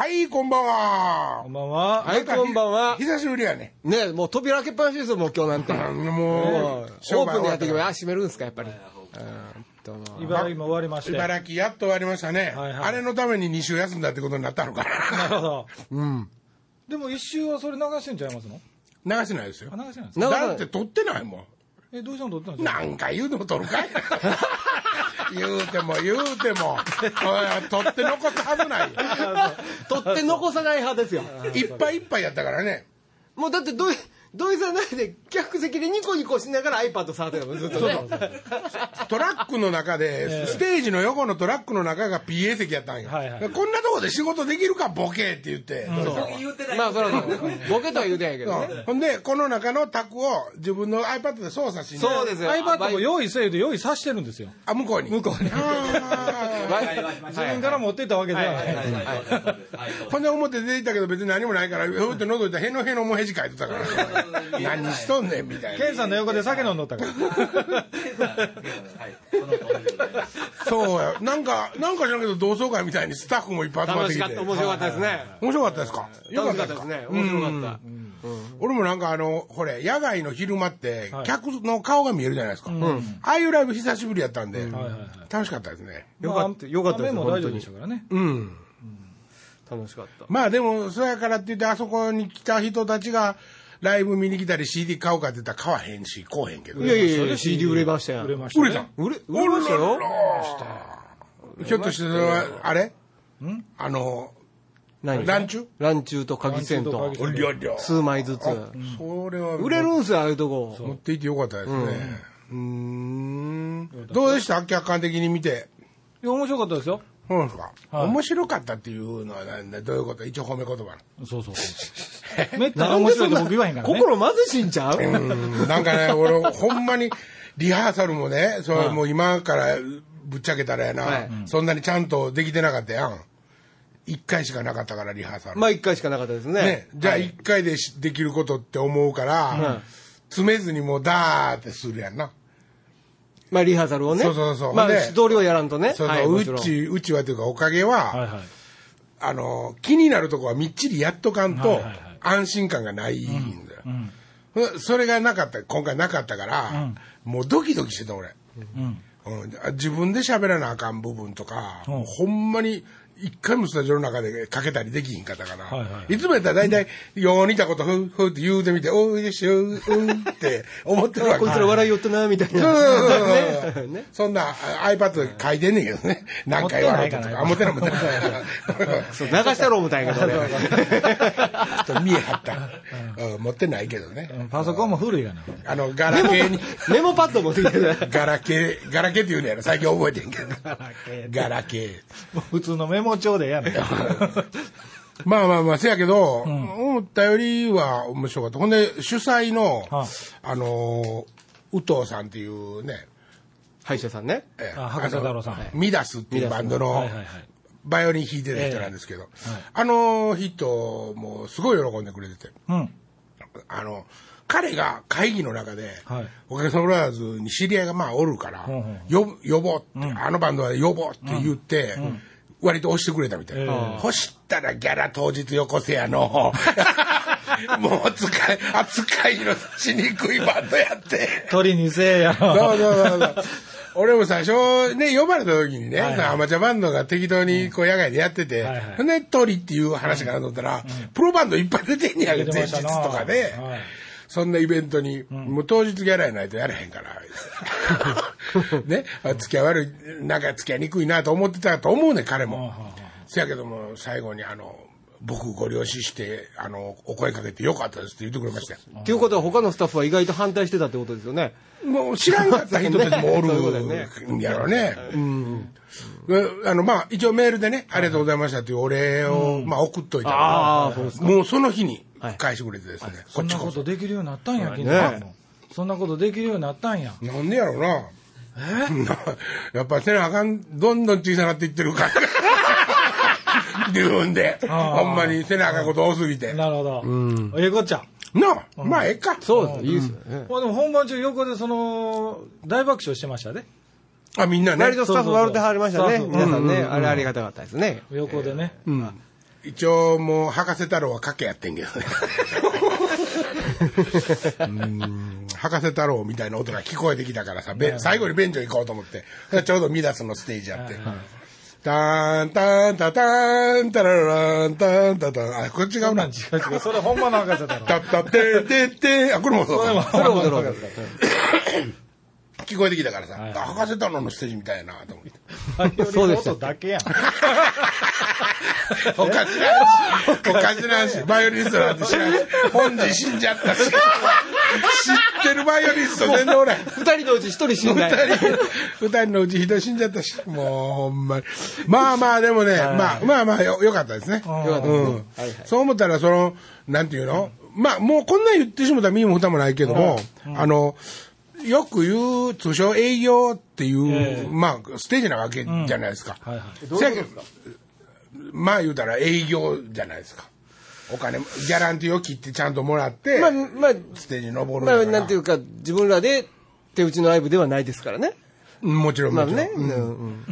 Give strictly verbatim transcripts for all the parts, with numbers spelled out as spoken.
はい、こんばんは。 こんばんは。 はい、こんばんは。 久しぶりやね。 ね、もう扉開けっぱなしですよ、もう今日なんて。もう、オープンでやっていけば、あ、閉めるんですか、やっぱり。 茨城も終わりまして。 茨城やっと終わりましたね。はいはい、あれのためにに週休んだってことになったのかな。 なるほど。 うん。 でもいっ週はそれ流してんちゃいますの？ 流してないですよ。 流してないですか？ だって撮ってないもん。 え、どうしても撮ってないんですか？ 何回言うても撮るかい。言うても言うても取って残すはずない。 取って残さない派ですよ。 いっぱいいっぱいやったからね。 もうだってどう土井さんなんで客席でニコニコしながら iPad 触ってたのずっとね。 トラックの中でステージの横のトラックの中が ピーエー 席やったんよ、はいはい、こんなとこで仕事できるかボケって言って、うん、 まあそれはボケとは言うてないけどね。 ほんでこの中の卓を自分の iPad で操作しに、 そうですよ、 iPad も用意せえで用意さしてるんですよ。 あ、向こうに向こうに自分から持っていったわけではない。 ほんで表出ていったけど別に何もないからふーって覗いたらへのへのもへじ書いてたから何しとんねんみたいな。 ケンさんの横で酒飲んどったからそうや、なんかなんか知らんけど同窓会みたいにスタッフもいっぱい集まってきて楽しかった、面白かったですね。 面白かったですか？ 楽しかったですね、面白かった、うんうん、 俺もなんかあのほれ野外の昼間って客の顔が見えるじゃないですか、うん、ああいうライブ久しぶりやったんで、うん、楽しかったですね。 よかった、よかったです。 雨も大丈夫でしたからね。 うん、 楽しかった。 まあでもそやからって言ってあそこに来た人たちがライブ見に来たり シーディー 買おうかって言ったら買わへんし買わへんけど、 いやいやいや シーディー 売れましたよ。 売れましたね。 売れた売れ売れましたよ。 ひょっとしてそれはあれあのランチュランチュと鍵栓と数枚ずつ、 それは売れるんすよ、ああいうとこ持っていってよかったですね。うーん、どうでした？客観的に見て。 いや、面白かったですよ。 そうですか、はい、面白かったっていうのはなんだ、どういうこと？一応褒め言葉の。 そうそうそうめったに面白いと僕言わへんからね。 心貧しいんちゃう？ うんなんかね、俺ほんまにリハーサルもね、それもう今からぶっちゃけたらやな、はい、そんなにちゃんとできてなかったやん。一回しかなかったからリハーサル。 まあ一回しかなかったですね。ね、 じゃあ一回でできることって思うから、はい、詰めずにもうダーってするやんな。 まあリハーサルをね。 そうそうそう。 まあ一通りをやらんとね。 そうそう、はい、うちうちはというかおかげは、はいはい、あの気になるとこはみっちりやっとかんと、はいはいはい、安心感がないんだよ、うんうん。それがなかった今回なかったから、うん、もうドキドキしてた俺。うんうん、自分で喋らなあかん部分とか、うん、ほんまに一回もスタジオの中でかけたりできひんかったから、はいはい、いつもやったら大体よう似たことふうふうって言うてみておいでしょうんって思ってるわけ。 こいつら笑いよったなみたいな。 そうそうね、そんな iPad で書いてんねんけどね、何回笑ったとか。あ、持ってない持ってない。 そう流したろうみたいなことで。ちょっと見え張った、うん。持ってないけどね。 パソコンも古いがな。 あのガラケーにメモパッド持ってきてる。 ガラケーガラケーって言うのやろ最近覚えてんけど。ガラケー。 普通のメモ帳でやねん。 まあまあまあせやけど、うん、思ったよりは面白かった。ほんで主催の、はあ、あの宇藤さんっていうね、 歯医者さんね、 えあ博士太郎さん、 ミダスっていうバンドのバイオリン弾いてる人なんですけど、えーはい、あの人もすごい喜んでくれてて、うん、あの彼が会議の中で、はい、おかげさまブラザーズに知り合いがまあおるから、うん、呼, 呼ぼうって、うん、あのバンドは呼ぼうって言って、うんうん、割と押してくれたみたいな、えー、欲したらギャラ当日よこせやのもう扱い扱いのしにくいバンドやって鳥にせえやそうそうそうそう俺も最初ね呼ばれた時にね、はいはい、アマチュアバンドが適当にこう野外でやってて、うんはいはい、ね鳥っていう話かなと思ったら、うん、プロバンドいっぱい出てんねやけど前日とかで、はい、そんなイベントに、うん、もう当日ギャラやないとやれへんからね、付き合い悪いなんか付き合いにくいなと思ってたと思うね彼も。せやけども最後にあの僕ご了承してあのお声かけてよかったですって言ってくれましたよ。 っていうことは他のスタッフは意外と反対してたってことですよね。 もう知らんかった人たちもおるんやろね。うん、あのまあ一応メールでねありがとうございましたっていうお礼を、うん、まあ送っといたら、もうその日に返してくれてですね、はい、 そんなことできるようになったんや、金さんもそんなことできるようになったんや。 なんでやろうな。えやっぱせなあかんどんどん小さなっていってるから自分でほんまにせなあかんこと多すぎて。 なるほど、うん、ええこっちゃなあ、まあええか。 そうです、いいですよね。 まあでも本番中横でその大爆笑してましたね。 あみんなね。 割とスタッフ笑ってはりましたね。皆さんね、あれありがたかったですね。 横でね。うん。 一応もう博士太郎は賭けやってんけどねうん博士太郎みたいな音が聞こえてきたからさ、最後に便所行こうと思ってちょうどミダスのステージやって、はいはい、ターンターンタターンタラランターンタタン、あこっちがうな、違う違う、それほんまの博士太郎タッタッテーテーテー、あこれもそうか、 それもそうか聞こえてきたからさ、はい、博士太郎のステージみたいやなと思って。 そうです。音だけやん。 おかしなし、おかしなし、バイオリニストなんて知らない。本人死んじゃったし。知ってるバイオリニスト全然おらん。 二人のうち一人死んだ。 二人、二人のうち一人死んじゃったし。もうほんまに。まあまあでもね、まあまあまあよ、よかったですね。よかったですね。うん。そう思ったら、その、なんていうの、まあもうこんなん言ってしまったら身も蓋もないけども、あの、よく言う通称営業っていう、えー、まあステージなわけじゃないですか。うんはいはい、どういうことですか？まあ言うたら営業じゃないですか。お金ギャランティーを切ってちゃんともらって、まあまあ、ステージに登るまあなんていうか自分らで手打ちのライブではないですからね。 もちろんもちろん。まあね、うんうん、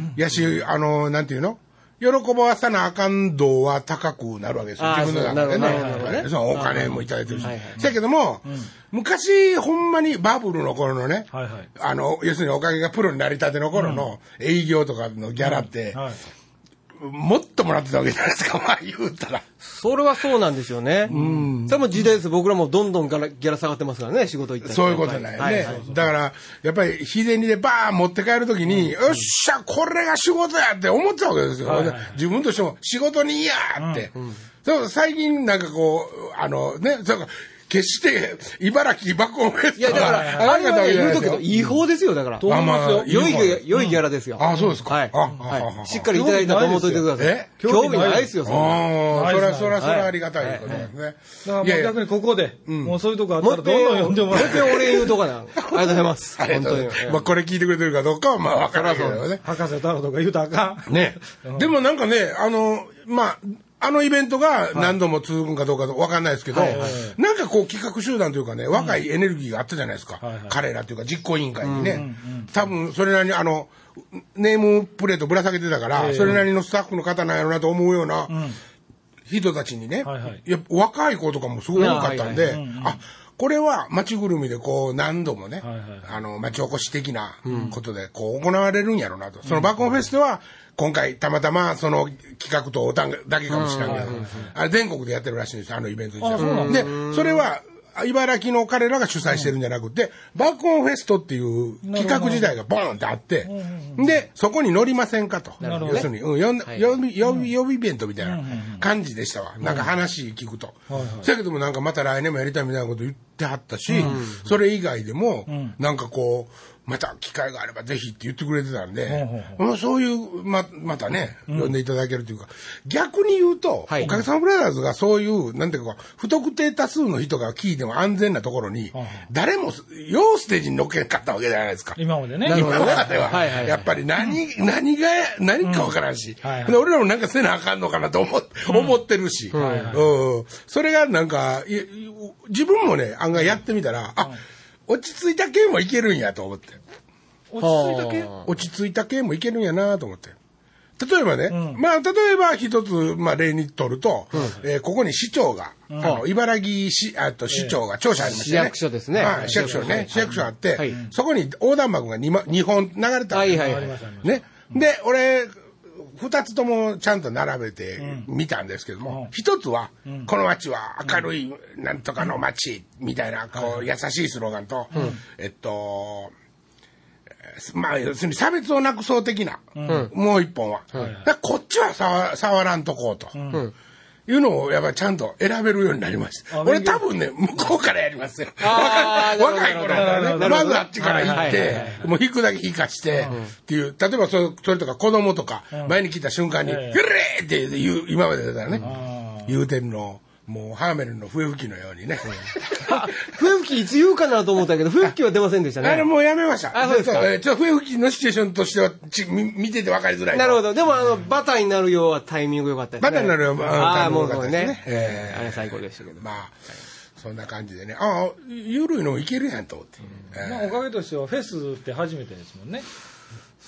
やしあのなんていうの？喜ばさなあかん度は高くなるわけですよ。自分の中でね。ねそのお金もいただいてるし。だけども、うん、昔ほんまにバブルの頃のね、はいはい、あの、要するにおかげがプロになりたての頃の営業とかのギャラって、うんはい、もっともらってたわけじゃないですか、まあ言うたら。 それはそうなんですよね。うん。それも時代です。僕らもどんどんギャラ下がってますからね、仕事行ったら。 そういうことないね。はいはい、だから、やっぱり日銭でバーン持って帰るときに、うん、よっしゃ、これが仕事やって思ってたわけですよ。はいはいはい、自分としても仕事にいいやって。うんうん、そう最近なんかこう、あのね、そうか、決して茨城バコンフェスいやだからあれはね言うとくけど違法ですよだから。 と思いますよ。 良い良いギャラですよ。 あそうですか。 はい。はい。しっかりいただいたと思っといてください。え？興味ないですよ。そああそれはそれはそれはありがたいことですね。 だからもう逆にここでもうそういうとこあったらどんどん読んでもらって。 もう一回俺言うとかな。ありがとうございます。本当に。 まあこれ聞いてくれてるかどうかはまあわからんけどね。 博士太郎とか言うたらあかん。 ね。でもなんかねあのまあ。あのイベントが何度も続くかどうかわかんないですけど、はいはいはい、なんかこう企画集団というかね、若いエネルギーがあったじゃないですか。はいはい、彼らというか実行委員会にね、うんうんうん。多分それなりにあの、ネームプレートぶら下げてたから、それなりのスタッフの方なんやろうなと思うような人たちにね、はいはい、いや若い子とかもすごい多かったんで、あ、これは町ぐるみでこう何度もね、はいはい、あの町おこし的なことでこう行われるんやろうなと。そのバコンフェスでは今回たまたまその企画とだけかもしれないけど、あれ全国でやってるらしいんですよ、あのイベント自体。で、それは茨城の彼らが主催してるんじゃなくて、バコンフェストっていう企画自体がボーンってあって、で、そこに乗りませんかと。要するに、うん、呼び、呼び、呼び、呼びイベントみたいな感じでしたわ。なんか話聞くと。そやけどもなんかまた来年もやりたいみたいなこと言ってはったし、それ以外でも、なんかこう、また機会があればぜひって言ってくれてたんで、うん、そういうままたね呼んでいただけるというか、うん、逆に言うと、はい、おかげさまブラザーズがそういうなんていうか不特定多数の人が聞いても安全なところに、うん、誰も要ステージに乗っけなかったわけじゃないですか。 今までね。 今までは、はいはいはい、やっぱり何何が何かわからんし、うんはいはい、で俺らもなんかせなあかんのかなと思, 思ってるし、うんはいはいうん、それがなんか自分もね案外やってみたら、あ、落ち着いた系もいけるんやと思って。 落ち着いた系落ち着いた系もいけるんやなと思って。例えばね、うん、まあ、例えば一つ、まあ、例にとると、うんえー、ここに市長が、うん、あの、茨城市、あと市長が庁舎ありましたね。 市役所ですね。 はい、市役所ね。市役所あって、はい、そこに横断幕が 2, にほん流れた。 はいはいはい。 ね。で、俺、二つともちゃんと並べて見たんですけども、一、うん、つは、うん、この街は明るいなんとかの街みたいな、こう、優しいスローガンと、うん、えっと、まあ、要するに差別をなくそう的な、うん、もう一本は。うん、だこっちは触触らんとこうと、うん、いうのをやっぱりちゃんと選べるようになりました。俺多分ね、向こうからやりますよ。若い頃からね、まずあっちから行って、もう引くだけ引かして、っていう、例えばそれ、それとか子供とか、前に来た瞬間に、グレーって言う、今までだったらね、言うてるのを。もうハーメルの笛吹きのようにね。 笛吹きいつ言うかなと思ったけど、笛吹きは出ませんでしたね。 あれもうやめました。あ、そうですか。ちょっと笛吹きのシチュエーションとしてはち見てて分かりづらい。 なるほど。でもあのバターになるようはタイミング良かったですね。 バターになるようはタイミング良かったですね。えー、あれ最高でしたけど。 まあそんな感じでね。ああ、ゆるいのもいけるやんと思って。 うんまあ、おかげとしてはフェスって初めてですもんね。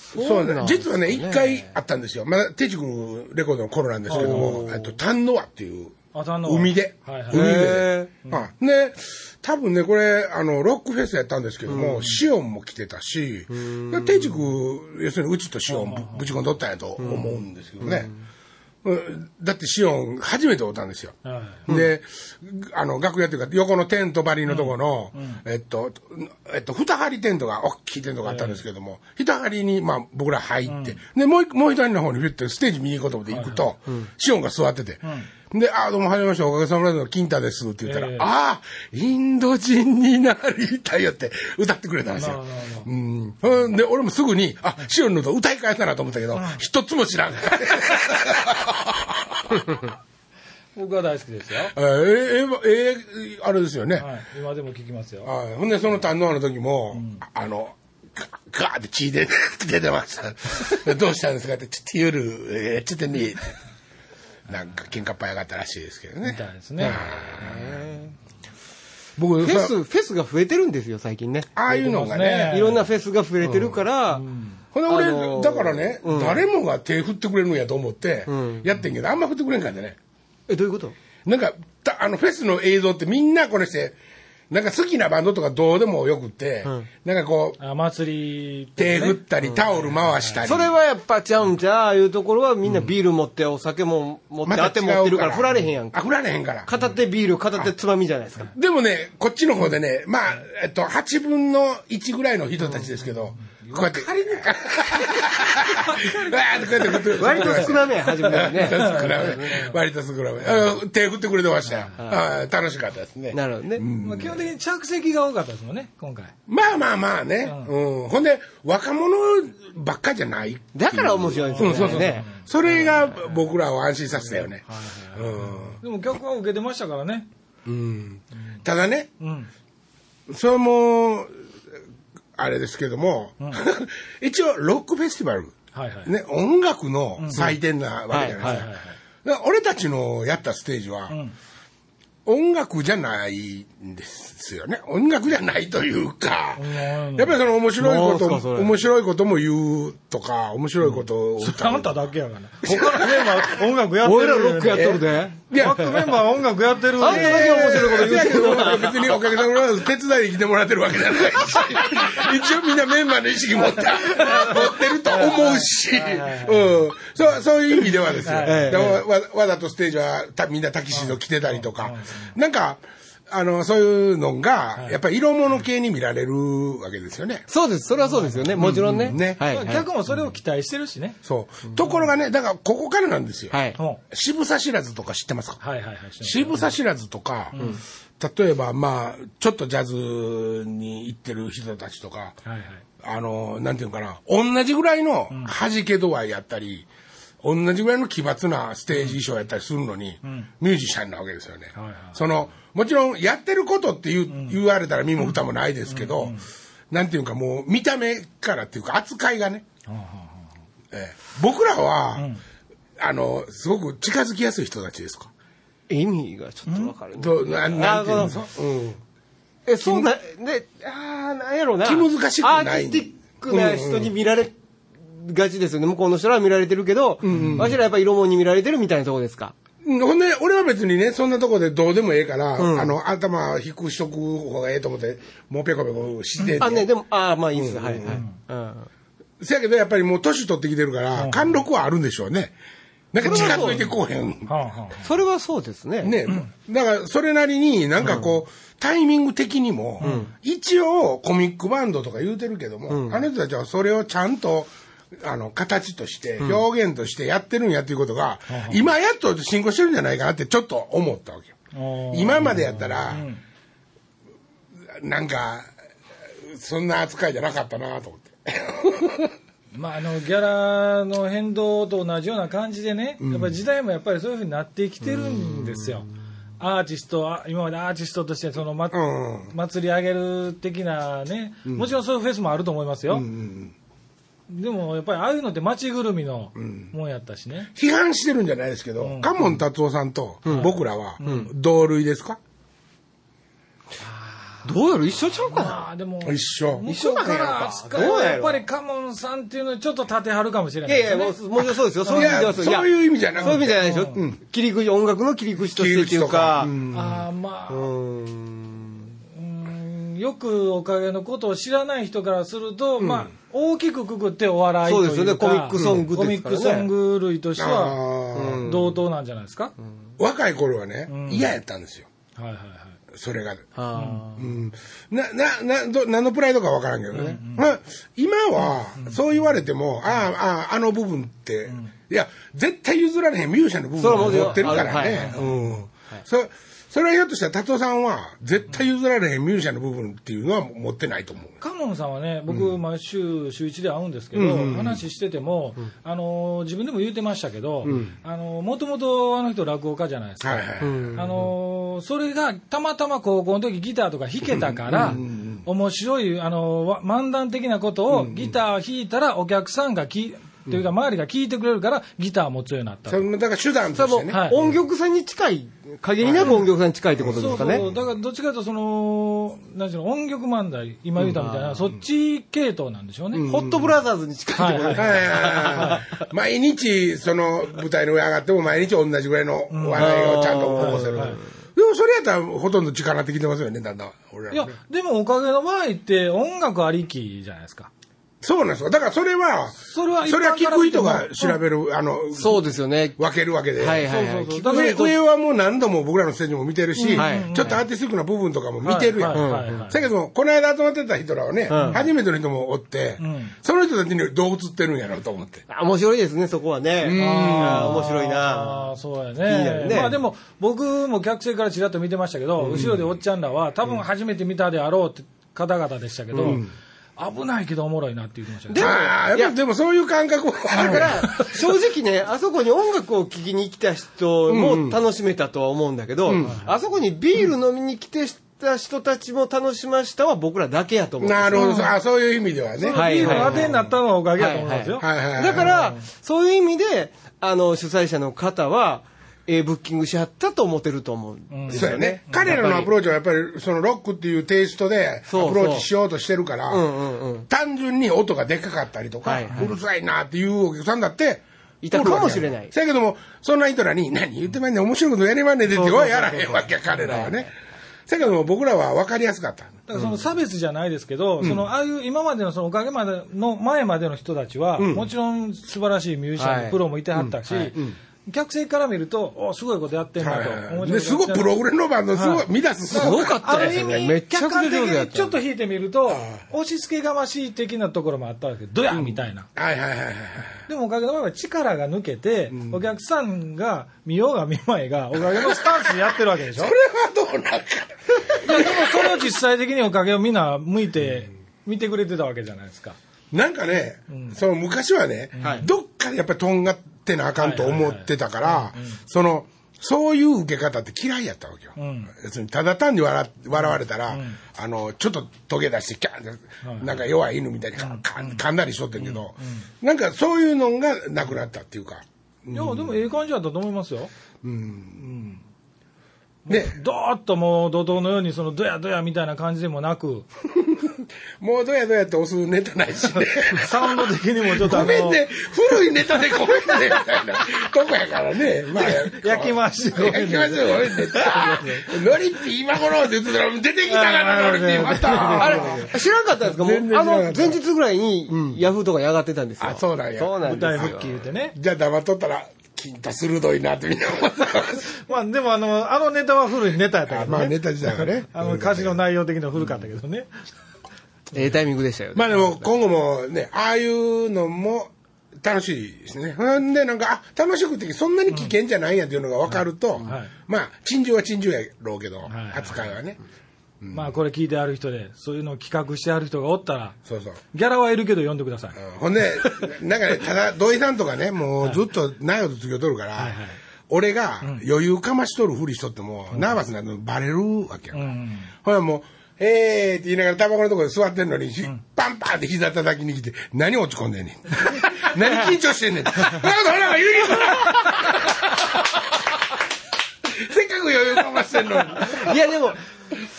そうね。実はね、一回あったんですよ。まだ、テチ君レコードの頃なんですけども、えっと、丹野輪っていう、海で、はいはい、海で、うん、あで、多分ね、これ、あの、ロックフェスやったんですけども、うん、シオンも来てたし、テチ君、要するにうちとシオンぶ、ぶち込んどったんやと思うんですけどね。うん、だってシオン初めて会ったんですよ。はい、で、あの、楽屋っていうか、横のテント張りのとこの、うんうん、えっと、えっと、二張りテントが、大きいテントがあったんですけども、一張りに、まあ、僕ら入って、うん、で、もう一、もう一人の方にフィットステージ見に行こうと思って行くと、はいはい、シオンが座ってて、うん、で、あ、どうも、はじめまして、おかげさまでの金太です、って言ったら、えー、ああ、インド人になりたいよって歌ってくれたんですよ。うん。で、俺もすぐに、あ、シオンのと歌い返したなと思ったけど、一つも知らん。 僕は大好きですよ。 えー、えー、えー、あれですよね。 はい、今でも聞きますよ。 はい。ほんで、その堪能の時も、うん、あの、ガーって血で出てました。どうしたんですかって、ちょっと夜、えー、ちょっとね、なんか喧嘩っ早かったらしいですけどね。 みたいですね。 僕、フェス、フェスが増えてるんですよ、最近ね。 ああいうのがね。 いろんなフェスが増えてるから、うんうんほんで俺、あのー、だからね、うん、誰もが手振ってくれるんやと思って、やってんけど、あんま振ってくれんかんでね。 え、どういうこと？ なんか、あの、フェスの映像ってみんなこれして、なんか好きなバンドとかどうでもよくって、うん、なんかこう、 あ祭り、ね、 手振ったり、タオル回したり。 それはやっぱちゃうんちゃう、ああいうところはみんなビール持って、お酒も持って、あて持ってるから振られへんやんか。 あ、振られへんから。 片手ビール、片手つまみじゃないですか。 でもね、こっちの方でね、まあ、えっと、はちぶんのいちぐらいの人たちですけど、うん、こうやって。 割と少なめ、初めはね。 割と少なめ。手振ってくれてましたよ。楽しかったですね。 なるほどね。 まあ基本的に着席が多かったですもんね、今回。 まあまあまあね。うん。ほんで、若者ばっかじゃない。 だから面白いですよね。 そうそうそう。それが僕らを安心させたよね。 でも曲は受けてましたからね。 うん。ただね、それも、あれですけども、うん、一応ロックフェスティバル、はいはいね、音楽の祭典なわけじゃないですか。俺たちのやったステージは、うん、音楽じゃないんですよね。音楽じゃないというか、うん、やっぱりその面白いことも、面白いことも言うとか、面白いことを歌う。あんただけやがな。他のメンバー音楽やってる。 俺らロックやっとるで。 いや、バックメンバー音楽やってる。 あんただけ面白いこと言うけど。 別におかげさまで手伝いに来てもらってるわけじゃないし、一応みんなメンバーの意識持った、持ってると思うし、うん。そう、そういう意味ではですよ。わ, わざとステージはみんなタキシード着てたりとか、なんか、あの、そういうのが、やっぱり色物系に見られるわけですよね。 そうです。それはそうですよね。もちろんね。ね。 客もそれを期待してるしね。 そう。ところがね、だからここからなんですよ。はい。渋沢知らずとか知ってますか？はいはいはい。渋沢知らずとか、例えばまあ、ちょっとジャズに行ってる人たちとか、はいはい。あの、なんていうかな、同じぐらいの弾け度合いやったり、同じぐらいの奇抜なステージ衣装やったりするのに、うん、ミュージシャンなわけですよね。はいはい、その、もちろんやってることって言う、うん、言われたら身も蓋もないですけど、うんうん、なんていうかもう見た目からっていうか扱いがね、うんえー、僕らは、うん、あの、すごく近づきやすい人たちですか？ 意味がちょっとわかる、ね。 どななんていうの、うん、 え、そうな、ね、ああ、なんやろうな。 気難しくない。 アーティスティックな人に見られ、うんうんガチですよね。向こうの人らは見られてるけど、うんうん、わしらやっぱ色物に見られてるみたいなとこですか。 ほんで、俺は別にね、そんなとこでどうでもええから、うん、あの、頭低くしとく方がええと思って、もうペコペコしてて。 あ、ね、でも、あまあいいです、うん、はいはい。うん。 せやけど、やっぱりもう年取ってきてるから、貫禄はあるんでしょうね。なんか近づいてこうへん。 それはそうですね。 ね、うん、だからそれなりになんかこう、うん、タイミング的にも、うん、一応コミックバンドとか言うてるけども、うん、あの人たちはそれをちゃんと、あの、形として、表現としてやってるんやっていうことが、うん、今やっと進行してるんじゃないかなってちょっと思ったわけよ。今までやったら、うん、なんか、そんな扱いじゃなかったなと思って。 まあ、あの、ギャラの変動と同じような感じでね、うん、やっぱり時代もやっぱりそういうふうになってきてるんですよ。アーティスト、今までアーティストとしてその、ま、うん、祭り上げる的なね、うん、もちろんそういうフェスもあると思いますよ。うんうんでもやっぱりああいうのって街ぐるみのもんやったしね、 うん、批判してるんじゃないですけど、うん、嘉門達夫さんと僕らは同類ですか、 どうやろ一緒ちゃうかな。 あでも一緒。 一緒から扱いはやっぱりカモンさんっていうのにちょっと立てはるかもしれない、 ね。いやいや、もう、もちろんそうですよ。そういう意味ではそういう意味じゃなくて。 そういう意味じゃないでしょ。うん、切り口、音楽の切り口としてっていうか。 うん、ああ、まあ。 うんうんよくおかげのことを知らない人からすると、うん、まあ、大きくくくってお笑いというか。 そうですよね、コミックソングですからね。 コミックソング類としては、同等なんじゃないですか。うん、 若い頃はね、嫌、うん、やったんですよ。 はいはいはい。 それが。うん、な、な、な、ど、何のプライドかわからんけどね。うんうん、まあ、今は、そう言われても、ああ、ああ、あの部分って、うん、いや、絶対譲られへんミュージシャンの部分を持ってるからね。うん。そそれはひょっとしたら、達夫さんは、絶対譲られへんミュージシャンの部分っていうのは持ってないと思う。 カモンさんはね、僕、毎週、週一で会うんですけど、うん、話してても、うん、あの、自分でも言うてましたけど、うん、あの、もともとあの人落語家じゃないですか。はいはい、あの、それがたまたま高校の時ギターとか弾けたから、面白い、あの、漫談的なことをギターを弾いたらお客さんがき、というか周りが聴いてくれるからギターを持つようになった。 だから手段としてね。 はい、音曲さんに近い、限りなく音曲さんに近いってことですかね。 そうそう、だからどっちかというとその、何ていうの、音曲漫才、今言ったみたいな、うん、そっち系統なんでしょうね。 うん、ホットブラザーズに近いってことですね。毎日、その舞台の上上がっても毎日同じぐらいの笑いをちゃんと起こせる。うんはいはいでもそれやったらほとんど力なってきてますよね、だんだん。俺らね、 いや、でもおかげの場合って音楽ありきじゃないですか。 そうなんですよ。だからそれは、それは、それは聞く人が調べる、うん、あの、 そうですよね。 分けるわけで。 はいはいはい。 そうそうそう上、上はもう何度も僕らのステージも見てるし、うんはい、ちょっとアーティスティックな部分とかも見てるやん。だけど、この間集まってた人らはね、うん、初めての人もおって、うん、その人たちにどう映ってるんやろうと思って。 面白いですね、そこはね。うん。あ面白いな。 ああ、そうやね。いいね。まあでも、僕も客席からちらっと見てましたけど、うん、後ろでおっちゃんらは、多分初めて見たであろうって方々でしたけど、うん危ないけどおもろいなって言ってましたね。 でも、あいやでもそういう感覚もあるから、正直ね、あそこに音楽を聴きに来た人も楽しめたとは思うんだけど、うんうん、あそこにビール飲みに来てた人たちも楽しましたは僕らだけやと思うんですよ。 なるほど、あそういう意味ではね。 ビールの当てになったのはおかげやと思いますよ。 だから、そういう意味で、あの、主催者の方は、えー、ブッキングしはったと思ってると思うんですよね。そうやね。 彼らのアプローチはやっぱりそのロックっていうテイストでアプローチしようとしてるから、うんうんうん、単純に音がでかかったりとか、はいはい、うるさいなっていうお客さんだっていたかもしれない。 だけども、そんな人らに何言ってまんねん、面白いことやりまんねんでってはやらへんわけや、彼らはね。だけども僕らは分かりやすかった。だからその差別じゃないですけど、うん、そのああいう今までのそのおかげまでの前までの人たちは、うん、もちろん素晴らしいミュージシャンのプロもいてはったし、はいうんはい客席から見ると、おすごいことやってんなと、はいはい、 ですごいプログレのバンドすごい、ミダスすごかったですね。 めっちゃ客観的にちょっと弾いてみると、押し付けがましい的なところもあったわけど、どや、うん、みたいな。 はいはいはいはい。 でもおかげの場合は力が抜けて、うん、お客さんが見ようが見まいが、おかげのスタンスでやってるわけでしょ。 それはどうなんか。 いやでもそれを実際的におかげをみんな向いて、見てくれてたわけじゃないですか。 なんかね、うん、その昔はね、うん、どっかでやっぱりとんがってなあかんと思ってたから、その、そういう受け方って嫌いやったわけよ。うん、要するにただ単に笑、笑われたら、うん、あの、ちょっとトゲ出して、キャンって、なんか弱い犬みたいにか、うん、噛んだりしとってんけど、うん、なんかそういうのがなくなったっていうか。 いや、でもええ感じだったと思いますよ。うん。うんね、どーっともう怒涛のようにそのドヤドヤみたいな感じでもなくもうドヤドヤって押すネタないしねサウンド的にもちょっとごめんね古いネタでごめんねみたいなとこやからね、まあ、 焼きましょう焼きましょうごめんねノリって今頃って言ってたら出てきたからノリってまたあれ知らんかったんですかもうあの前日ぐらいにヤフーとかに上がってたんですよ。 あそうなんやそうなんですよ舞台復帰言うてね。 じゃあ黙っとったら金太鋭いなってみんな思ってまあでもあのあのネタは古いネタやったけどね。 まあネタ自体はね。 あの歌詞の内容的には古かったけどね。 ええタイミングでしたよね。 まあでも今後もねああいうのも楽しいですね。ほんでなんかあ楽しくてそんなに危険じゃないやっていうのが分かると、うんはい、まあ珍獣は珍獣やろうけど、はい、扱いはね。 うん、まあこれ聞いてある人でそういうのを企画してある人がおったらそうそうギャラはいるけど呼んでください、 うん、ほんでなんかねただ土井さんとかねもうずっとナイオと次を取るから、はいはいはい、俺が余裕かましとるふりしとっても、うん、ナーバスなのバレるわけやから、うん、ほらもう「えー」って言いながらタバコのところで座ってんのに、うん、パンパンって膝叩きに来て何落ち込んでんねん何緊張してんねんなんかほら言うにせっかく余裕かましてんのにいやでも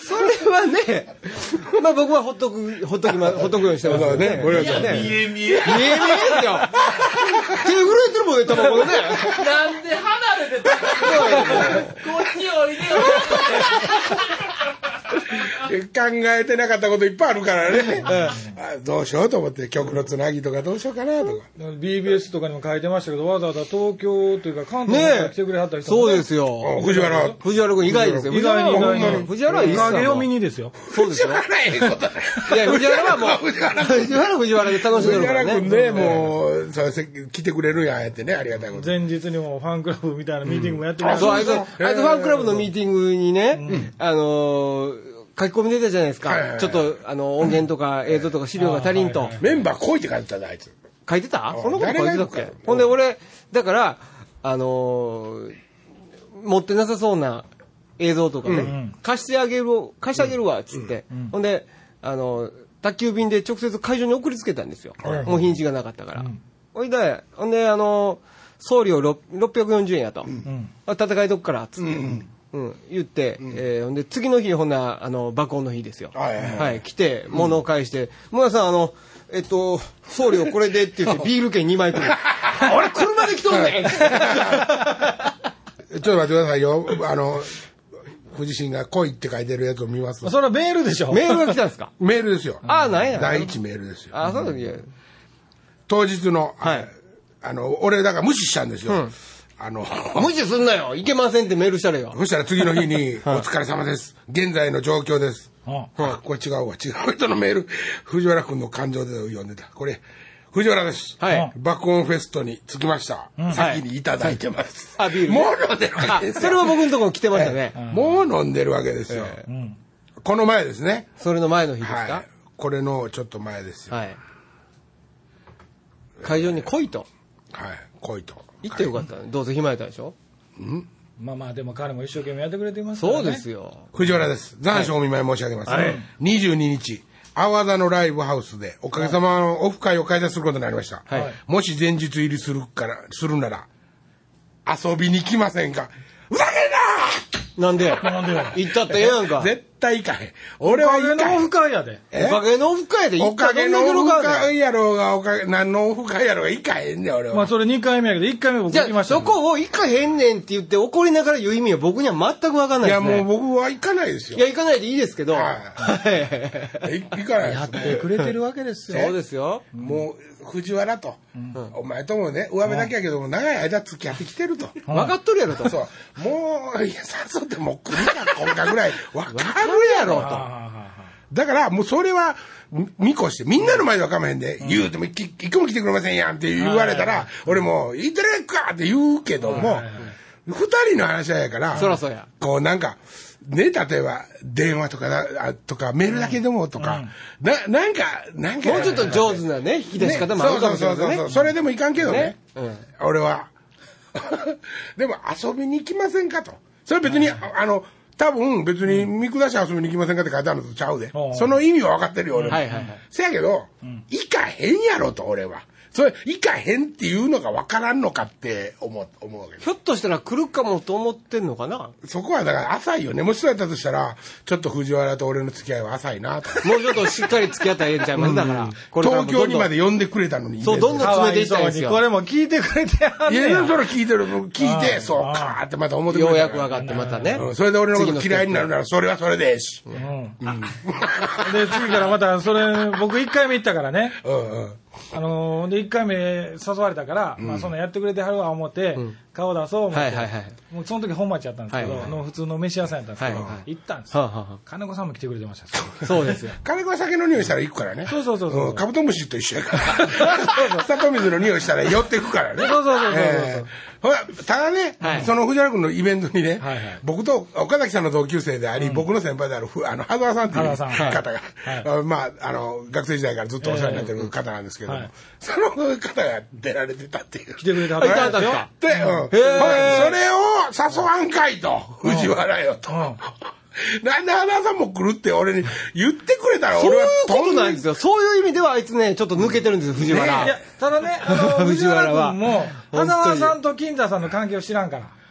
それはね、まあ僕はほっとく、ほっときま、ほっとくようにしてますよね。 これはね。 見え見え。 見え見えですよ。手震えてるもんね、タバコでね。 なんで離れてたのこっちおいでよ。 考えてなかったこといっぱいあるからね。どうしようと思って、曲のつなぎとかどうしようかなとか。 ビービーエス とかにも書いてましたけど、わざわざ東京というか関東から来てくれはった人も、 そうですよ。 藤原。 藤原君意外ですよ。 意外に意外に。 藤原はいいっすよ。 影読みにですよ。 そうですよ。 藤原ええことない。 いや、藤原はもう、藤原藤原で楽しんでる藤からね。 原君ね、もう、そう来てくれるんや、あえてね、ありがたいこと。 前日にもファンクラブみたいなミーティングもやってました。 そう、あいつ、あいつファンクラブのミーティングにね、あの、書き込み出たじゃないですか。ちょっと、あの、音源とか映像とか資料が足りんと。 メンバー来いって書いてたんだ、あいつ。 書いてたそんなこと書いてたっけほんで、俺、だから、あの、持ってなさそうな映像とかね、貸してあげる、貸してあげるわ、つって。ほんで、あの、宅急便で直接会場に送りつけたんですよ。もう日にちがなかったから。ほいで、ほんで、あの、送料ろっぴゃくよんじゅうえんやと。戦いとくから、つって。うん、言って、うん、えー、ほんで、次の日、ほんな、あの、爆音の日ですよ。はい、はいはい、来て、物を返して、もやさん、あの、えっと、送料これでって言って、ビール券にまいくる。俺、車で来とんねんちょっと待ってくださいよ。あの、ご自身が来いって書いてるやつを見ます。 それはメールでしょ。 メールが来たんですかメールですよ。 ああ、なんや。 第一メールですよ。 ああ、そうだね。 当日の、 はい。 あの、俺、だから無視したんですよ。うんあの、 無視すんなよいけませんってメールしたらよ。 そしたら次の日に、お疲れ様です。現在の状況です。ああこれ違うわ。違う人のメール。藤原君の感情で読んでた。これ、藤原です。はい。爆音フェストに着きました。うん、先にいただいてます。 はい、あ、ビール、ね。 もう飲んでるわけですよ。 それは僕のところ来てましたね。 ええ、もう飲んでるわけですよ。ええうん、この前ですね。 それの前の日ですか、はい、 これのちょっと前ですよ。はい。 会場に来いと。 はい。来いと。 行ってよかった、ね。どうせ暇やったでしょうんまあまあでも彼も一生懸命やってくれていますからね。 そうですよ。 藤原です。残暑お見舞い申し上げます。はい、にじゅうににち、阿波田のライブハウスでおかげさまのオフ会を開催することになりました。はい、もし前日入りするから、するなら、遊びに来ませんかふざけんななんでなんで行ったってええやんか。 絶対行かへん。俺は行かへん。 おかげのオフ会やで。 おかげのオフ会で行ったおかげのオフ会やろうが、おかげ、何のオフ会やろうが行かへんねん、俺は。 まあそれにかいめやけど、いっかいめ僕行きました。 じゃあ、そこを行かへんねんって言って怒りながら言う意味は僕には全く分かんないですね。 いや、もう僕は行かないですよ。 いや、行かないでいいですけど。はい。 行かないです。 やってくれてるわけですよ。 そうですよ。 もう、藤原と、お前ともね、上辺だけやけども、長い間付き合ってきてると。 分かっとるやろと。 そう。もう、いや、誘っても来るか、今回ぐらい、分かるやろと。だから、もうそれは、見越して、みんなの前ではかまへんで、言うても、一個も来てくれませんやんって言われたら、俺も、言ってるかって言うけども、二人の話やから、 そらそうや。 こうなんか、ね、例えば、電話とか、とか、メールだけでもとか、な、なんか、なんか。 もうちょっと上手なね、引き出し方もあるかもしれないね。そうそうそう。 それでもいかんけどね。俺は。でも、遊びに行きませんかと。それ別に、あの、多分別に見下し遊びに行きませんかって書いてあるのとちゃうで。その意味は分かってるよ、俺も。はいはいはい。せやけど、行かへんやろと、俺は。それ、行かへんっていうのが分からんのかって思う、思うわけです。 ひょっとしたら来るかもと思ってんのかなそこはだから浅いよね。もしそうやったとしたら、ちょっと藤原と俺の付き合いは浅いなと。 もうちょっとしっかり付き合ったらええんちゃいますだから。 東京にまで呼んでくれたのに。 そう、どんどん詰めていったんですよ。 これも聞いてくれてはんねん。 いや、それ聞いてる、聞いて、そうかーってまた思ってくれた。 ようやく分かってまたね。 それで俺のこと嫌いになるなら、それはそれでし。 で、次からまた、それ、僕いっかいめ行ったからね。うんうん。あのー、で、いっかいめ誘われたから、うん、まあ、そんなやってくれてはるわ思って、うん、顔出そう思って、はいはいはい、もうその時本町やったんですけど、はいはいはい、の普通の飯屋さんやったんですけど、はいはい、行ったんですよ。はあはあ、金子さんも来てくれてました。 そうですよ。 金子は酒の匂いしたら行くからね。 そうそうそうそう、うん。 カブトムシと一緒やから。里水の匂いしたら寄っていくからね。 そうそうそうそうそう、 えー。ほら、ただね、はい、その藤原君のイベントにね、はいはい、僕と岡崎さんの同級生であり、うん、僕の先輩である、あの、羽沢さんっていう方が、はい、まあ、あの、学生時代からずっとお世話になってる方なんですけども、はい、その方が出られてたっていう。 来てくれた方が。で、うん。それを誘わんかいと、藤原よと。うんうん、なんで花さんも来るって俺に言ってくれたら俺はそういうことなんですよ。そういう意味ではあいつね、ちょっと抜けてるんですよ、藤原。 ね、いや、ただね、あの、藤原君も、花沢さんと金田さんの関係を知らんから。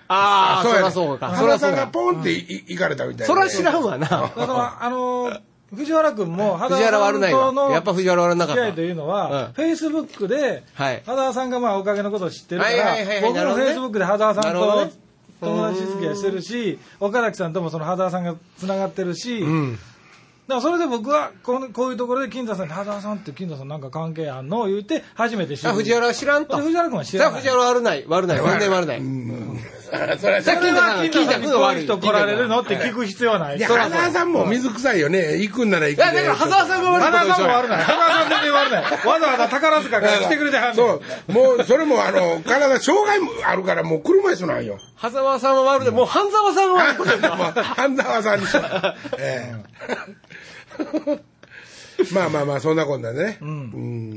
ああ、そらそうか。 そらさんがポンって行かれたみたいな。 そら知らんわな。 だから、あのー、藤原君も、 藤原悪ないわ。やっぱ藤原悪なかった。 付き合いというのは、フェイスブックで、羽田さんがまあおかげのことを知ってるから、僕もフェイスブックで羽田さんと友達付き合いしてるし、岡崎さんともその羽田さんが繋がってるし、だからそれで僕はこう、こういうところで金田さんに、羽田さんって金田さんなんか関係あんの言うて、初めて知る。 あ、藤原は知らんと。 藤原君は知らない。 藤原は悪ない。悪ない。全然悪ない。 それさっき金田さんが金田さんにこういう人来られるのって聞く必要はない。 いや、羽田さんも水臭いよね。行くんなら行く。いや、 だから羽田さんが悪い。 羽田さんも悪ない。羽田さん全然悪ない。わざわざ宝塚から来てくれてはんねん。 そう。もう、それもあの、体障害もあるから、もう車椅子なんよ。 羽沢さんは悪で、もう半沢さんは悪い。 半沢さんにしよう。ええ。まあまあまあ、そんなこんなでね。うん。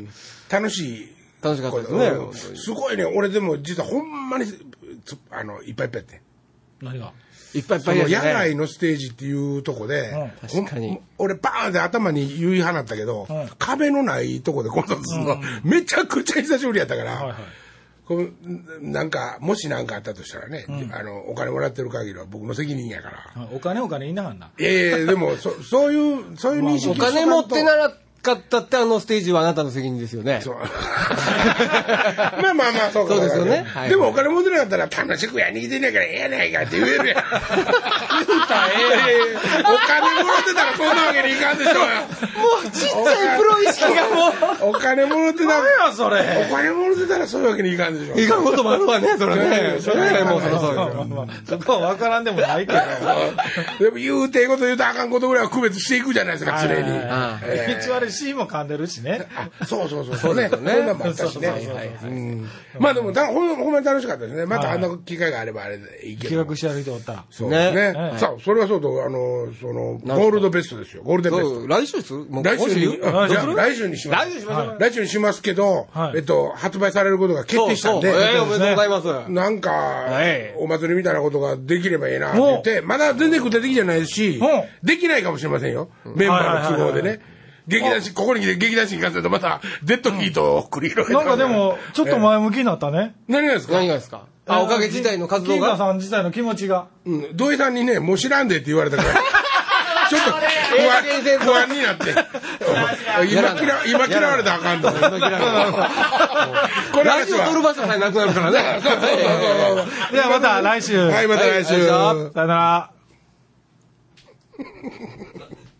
楽しい。 楽しかったですね。 すごいね。俺でも実はほんまに、あの、いっぱいいっぱいやって。 何がいっぱいいっぱいやって。 野外のステージっていうとこで、 確かに。 俺バーンって頭に言い放ったけど、壁のないとこでコンサートするの、めちゃくちゃ久しぶりやったから、こうなんか、もし何かあったとしたらね、あの、お金もらってる限りは僕の責任やから。 お金お金いなはんな。 ええ、でも、そ、そういう、そういう認識お金持ってなら、かったってあのステージはあなたの責任ですよね。 そう。まあまあまあ、そうか。 そうですよね。 でもお金持ってなかったら楽しくやりに来てんねんからええやないかって言えるやん。言うたらええ。お金もらってたらそんなわけにいかんでしょうよ。 もうちっちゃいプロ意識がもう。 お金もらってたら。 何やそれ。 お金もらってたらそういうわけにいかんでしょう。 いかんこともあるわね、それね。それはもうそろそろ。 そこは分からんでもないけど。 でも言うてえこと言うとあかんことぐらいは区別していくじゃないですか、常に。 一割 C も噛んでるしね。 そうそうそう。そうね。そんなもあったしね。まあでも、ほんまに楽しかったですね。またあんな機会があればあれでいいけど。 企画してやる人おったら。 そうですね。さあ、それはそうと、あの、その、ゴールドベストですよ。ゴールデンベスト。 来週です来週に、来週にします。来週にします。来週にしますけど、えっと、発売されることが決定したんで。 ええ、おめでとうございます。 なんか、お祭りみたいなことができればいいなって言って、まだ全然具体的じゃないし、できないかもしれませんよ。メンバーの都合でね。劇団し、ここに来て劇団しに行かせるとまた、デッドヒートを繰り広げて。 なんかでも、ちょっと前向きになったね。 何がですか？ 何がですか？あ、おかげ自体の活動が。 金田さん自体の気持ちが。 うん。土井さんにね、もう知らんでって言われたから。ちょっと不安、不安になって。今嫌、今嫌われたらあかんと。これラジオ撮る場所さえなくなるからね。そうそうそうそう。ではまた来週。 はい、また来週。 さよなら。